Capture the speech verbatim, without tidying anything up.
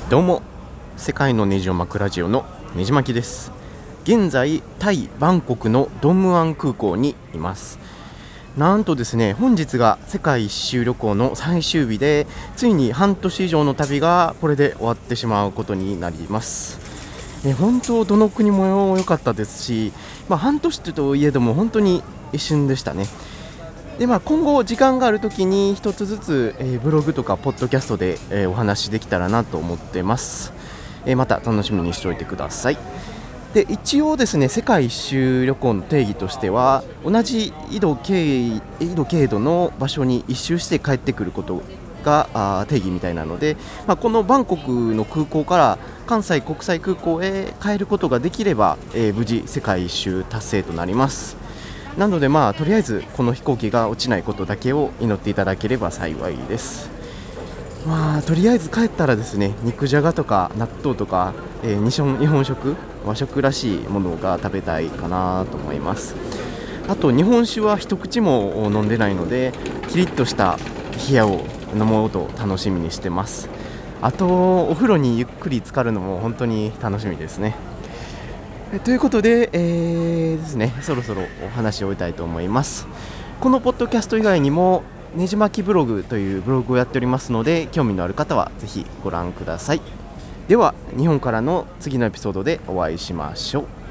どうも、世界のネジを巻くラジオのネジ巻きです。現在タイバンコクのドンムアン空港にいます。なんとですね、本日が世界一周旅行の最終日で、ついに半年以上の旅がこれで終わってしまうことになります。え本当どの国も良かったですし、まあ、半年といえども本当に一瞬でしたね。で、まあ、今後時間があるときに一つずつ、えーブログとかポッドキャストで、えーお話しできたらなと思ってます。えーまた楽しみにしておいてください。で、一応ですね、世界一周旅行の定義としては、同じ緯度経緯緯度経度の場所に一周して帰ってくることがあー定義みたいなので、まあ、このバンコクの空港から関西国際空港へ帰ることができれば、えー無事世界一周達成となります。なので、まあとりあえずこの飛行機が落ちないことだけを祈っていただければ幸いです。まあとりあえず帰ったらですね、肉じゃがとか納豆とか、えー日本日本食和食らしいものが食べたいかなと思います。あと日本酒は一口も飲んでないので、キリッとした冷やを飲もうと楽しみにしてます。あとお風呂にゆっくり浸かるのも本当に楽しみですね。えということで、えーですね、そろそろお話を終えたいと思います。このポッドキャスト以外にもねじ巻きブログというブログをやっておりますので、興味のある方はぜひご覧ください。では日本からの次のエピソードでお会いしましょう。